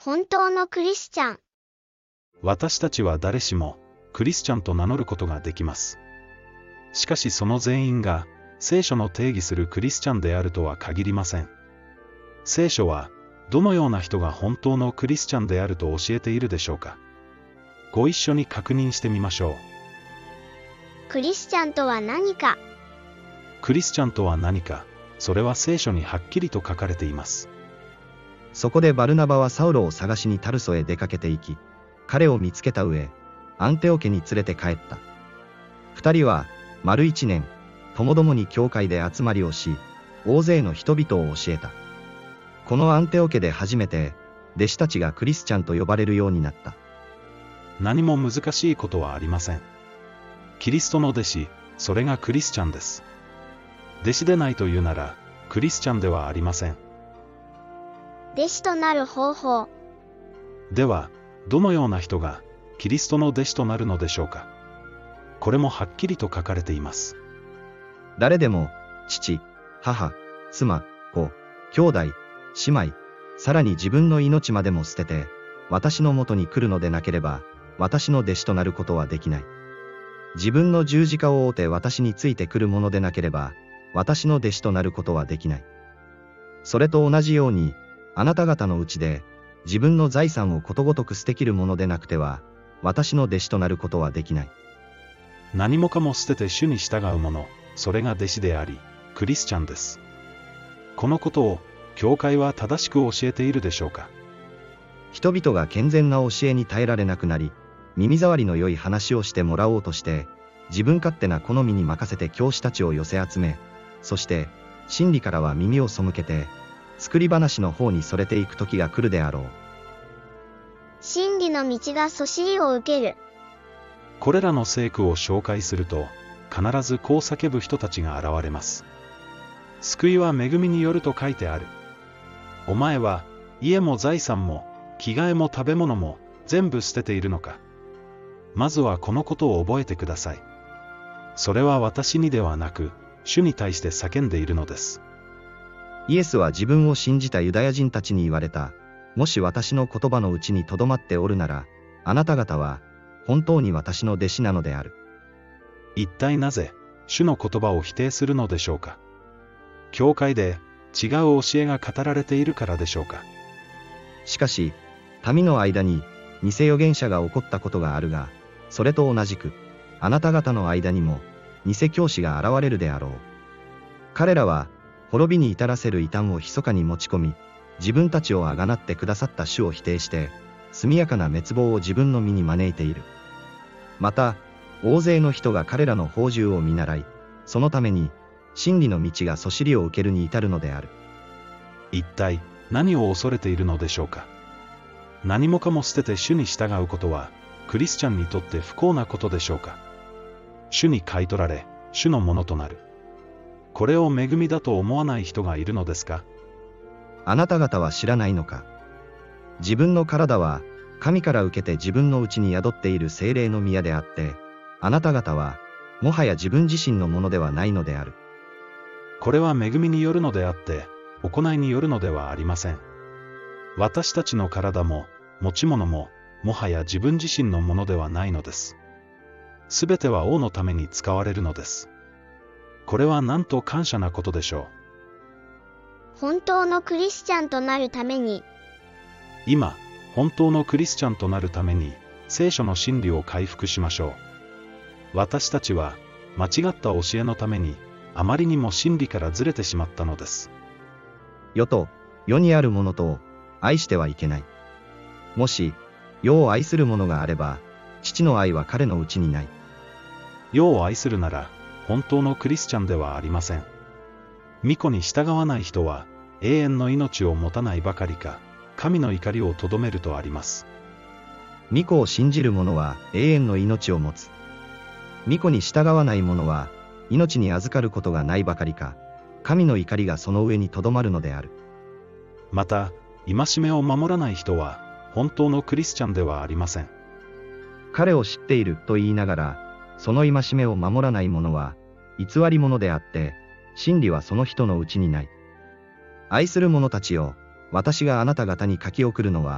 本当のクリスチャン。 私たちは誰しもクリスチャンと名乗ることができます。しかしその全員が聖書の定義するクリスチャンであるとは限りません。聖書はどのような人が本当のクリスチャンであると教えているでしょうか。ご一緒に確認してみましょう。 クリスチャンとは何か。 クリスチャンとは何か、それは聖書にはっきりと書かれています。 そこでバルナバはサウロを探しにタルソへ出かけて行き、彼を見つけた上、アンテオ家に連れて帰った。二人は丸1年、ともどもに教会で集まりをし、大勢の人々を教えた。このアンテオ家で初めて、弟子たちがクリスチャンと呼ばれるようになった。 何も難しいことはありません。キリストの弟子、それがクリスチャンです。弟子でないというなら、クリスチャンではありません。 弟子となる方法。 では、どのような人がキリストの弟子となるのでしょうか。これもはっきりと書かれています。 誰でも、父、母、妻、子、兄弟、姉妹、さらに自分の命までも捨てて、私のもとに来るのでなければ、私の弟子となることはできない。自分の十字架を追って私についてくるものでなければ、私の弟子となることはできない。それと同じように、あなた方のうちで、自分の財産をことごとく捨てきるものでなくては、私の弟子となることはできない。 何もかも捨てて主に従う者、それが弟子であり、クリスチャンです。このことを、教会は正しく教えているでしょうか。 人々が健全な教えに耐えられなくなり、耳障りの良い話をしてもらおうとして、自分勝手な好みに任せて教師たちを寄せ集め、そして、真理からは耳を背けて、作り話の方にそれていく時が来るであろう。 真理の道がそしりを受ける。 これらの聖句を紹介すると、必ずこう叫ぶ人たちが現れます。救いは恵みによると書いてある。お前は、家も財産も、着替えも食べ物も、全部捨てているのか。まずはこのことを覚えてください。それは私にではなく、主に対して叫んでいるのです。 イエスは自分を信じたユダヤ人たちに言われた。もし私の言葉のうちにとどまっておるなら、あなた方は、本当に私の弟子なのである。 一体なぜ、主の言葉を否定するのでしょうか。教会で、違う教えが語られているからでしょうか。 しかし、民の間に、偽預言者が起こったことがあるが、それと同じく、あなた方の間にも、偽教師が現れるであろう。彼らは、滅びに至らせる異端を密かに持ち込み、自分たちをあがなってくださった主を否定して、速やかな滅亡を自分の身に招いている。また、大勢の人が彼らの放縦を見習い、そのために、真理の道がそしりを受けるに至るのである。 一体、何を恐れているのでしょうか。何もかも捨てて主に従うことは、クリスチャンにとって不幸なことでしょうか。主に買い取られ、主のものとなる。これを恵みだと思わない人がいるのですか。 あなた方は知らないのか。自分の体は、神から受けて自分のうちに宿っている聖霊の宮であって、あなた方は、もはや自分自身のものではないのである。 これは恵みによるのであって、行いによるのではありません。私たちの体も、持ち物も、もはや自分自身のものではないのです。すべては王のために使われるのです。これはなんと感謝なことでしょう。 本当のクリスチャンとなるために。 今、本当のクリスチャンとなるために、聖書の真理を回復しましょう。私たちは、間違った教えのために、あまりにも真理からずれてしまったのです。 世と、世にあるものとを、愛してはいけない。もし、世を愛する者があれば、父の愛は彼のうちにない。 世を愛するなら、本当のクリスチャンではありません。御子に従わない人は、永遠の命を持たないばかりか、神の怒りをとどめるとあります。 御子を信じる者は永遠の命を持つ。御子に従わない者は、命に預かることがないばかりか、神の怒りがその上にとどまるのである。 また、戒めを守らない人は、本当のクリスチャンではありません。 彼を知っていると言いながら、その戒めを守らない者は、偽り者であって、真理はその人のうちにない。愛する者たちよ、私があなた方に書き送るのは、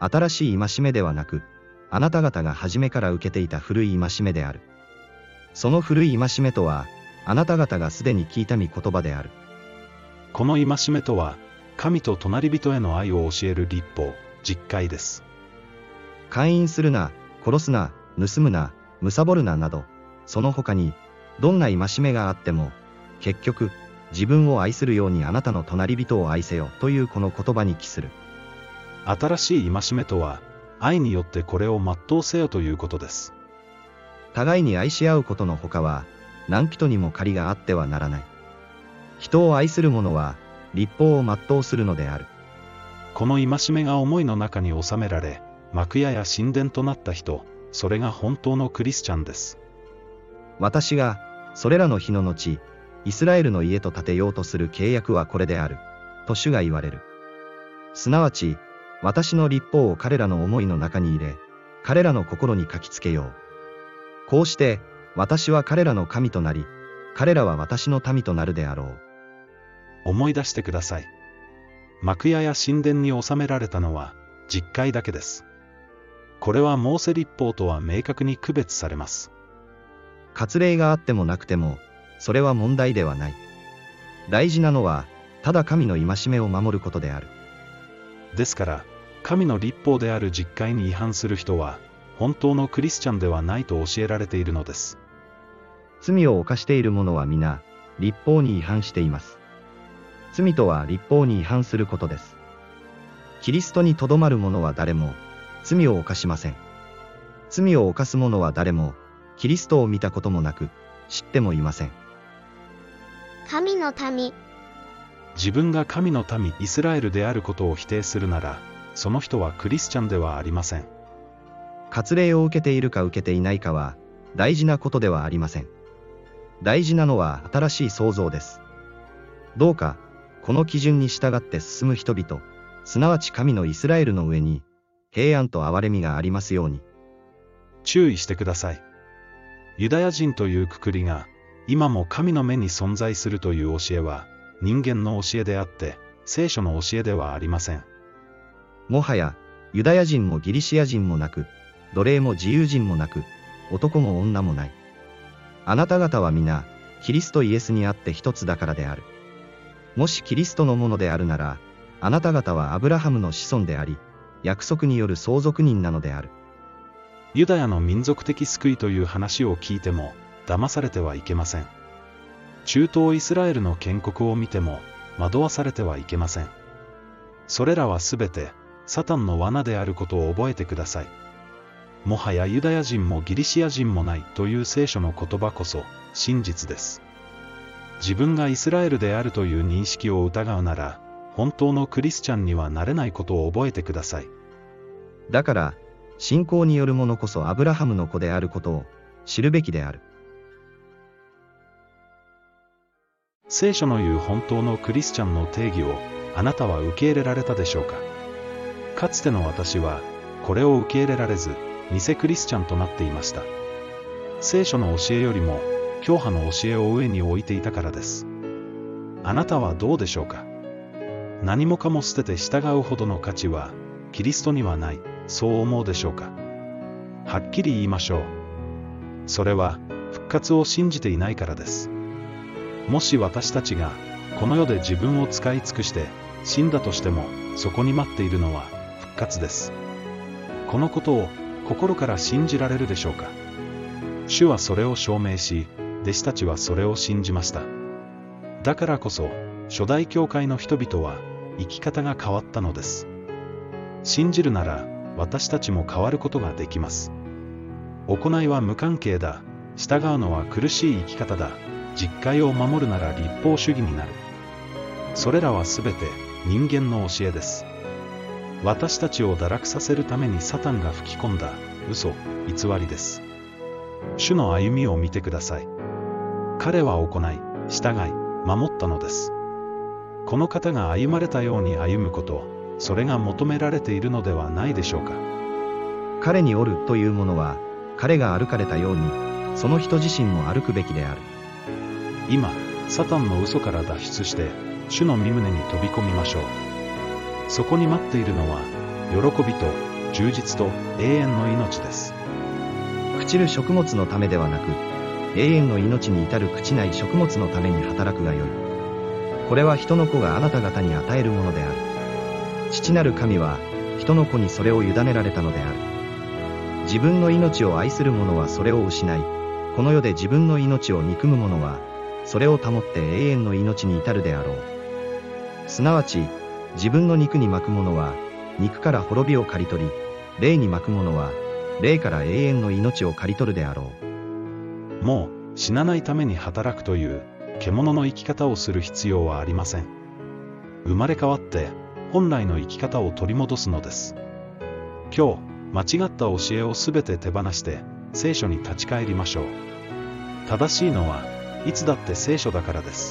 新しい戒めではなく、あなた方が初めから受けていた古い戒めである。その古い戒めとは、あなた方がすでに聞いた御言葉である。 この戒めとは、神と隣人への愛を教える律法、実戒です。 姦淫するな、殺すな、盗むな、貪るななど、その他に、どんな戒めがあっても、結局、自分を愛するようにあなたの隣人を愛せよというこの言葉に帰する。 新しい戒めとは、愛によってこれを全うせよということです。 互いに愛し合うことのほかは、何人にも借りがあってはならない。人を愛する者は、律法を全うするのである。 この戒めが思いの中に収められ、幕屋や神殿となった人、それが本当のクリスチャンです。 私が、それらの日の後、イスラエルの家と建てようとする契約はこれである、と主が言われる。すなわち、私の律法を彼らの思いの中に入れ、彼らの心に書きつけよう。こうして、私は彼らの神となり、彼らは私の民となるであろう。 思い出してください。幕屋や神殿に収められたのは、実戒だけです。これはモーセ律法とは明確に区別されます。 割礼があってもなくても、それは問題ではない。大事なのは、ただ神の戒めを守ることである。 ですから、神の律法である実戒に違反する人は、本当のクリスチャンではないと教えられているのです。 罪を犯している者は皆、律法に違反しています。罪とは律法に違反することです。キリストにとどまる者は誰も、罪を犯しません。罪を犯す者は誰も、キリストを見たこともなく、知ってもいません。 神の民。 自分が神の民イスラエルであることを否定するなら、その人はクリスチャンではありません。 割礼を受けているか受けていないかは、大事なことではありません。大事なのは新しい創造です。どうか、この基準に従って進む人々、すなわち神のイスラエルの上に、平安と憐れみがありますように。 注意してください。ユダヤ人というくくりが、今も神の目に存在するという教えは、人間の教えであって、聖書の教えではありません。 もはや、ユダヤ人もギリシア人もなく、奴隷も自由人もなく、男も女もない。あなた方は皆、キリストイエスにあって一つだからである。もしキリストのものであるなら、あなた方はアブラハムの子孫であり、約束による相続人なのである。 ユダヤの民族的救いという話を聞いても、騙されてはいけません。中東イスラエルの建国を見ても、惑わされてはいけません。それらはすべて、サタンの罠であることを覚えてください。もはやユダヤ人もギリシア人もないという聖書の言葉こそ、真実です。自分がイスラエルであるという認識を疑うなら、本当のクリスチャンにはなれないことを覚えてください。 だから、信仰による者こそアブラハムの子であることを知るべきである。 聖書の言う本当のクリスチャンの定義をあなたは受け入れられたでしょうか。かつての私はこれを受け入れられず偽クリスチャンとなっていました。聖書の教えよりも教派の教えを上に置いていたからです。あなたはどうでしょうか。何もかも捨てて従うほどの価値はキリストにはない、そう思うでしょうか。はっきり言いましょう。それは復活を信じていないからです。もし私たちがこの世で自分を使い尽くして死んだとしても、そこに待っているのは復活です。このことを心から信じられるでしょうか。主はそれを証明し、弟子たちはそれを信じました。だからこそ初代教会の人々は生き方が変わったのです。信じるなら私たちも変わることができます。行いは無関係だ。従うのは苦しい生き方だ。実戒を守るなら立法主義になる。それらはすべて人間の教えです。私たちを堕落させるためにサタンが吹き込んだ嘘、偽りです。主の歩みを見てください。彼は行い、従い、守ったのです。この方が歩まれたように歩むこと、それが求められているのではないでしょうか。 彼におるというものは、彼が歩かれたように、その人自身も歩くべきである。 今、サタンの嘘から脱出して、主の御胸に飛び込みましょう。そこに待っているのは、喜びと充実と永遠の命です。 朽ちる食物のためではなく、永遠の命に至る朽ちない食物のために働くがよい。これは人の子があなた方に与えるものである。父なる神は、人の子にそれを委ねられたのである。自分の命を愛する者はそれを失い、この世で自分の命を憎む者は、それを保って永遠の命に至るであろう。すなわち、自分の肉に巻く者は、肉から滅びを刈り取り、霊に巻く者は、霊から永遠の命を刈り取るであろう。もう、死なないために働くという、獣の生き方をする必要はありません。生まれ変わって、本来の生き方を取り戻すのです。今日、間違った教えをすべて手放して、聖書に立ち返りましょう。正しいのは、いつだって聖書だからです。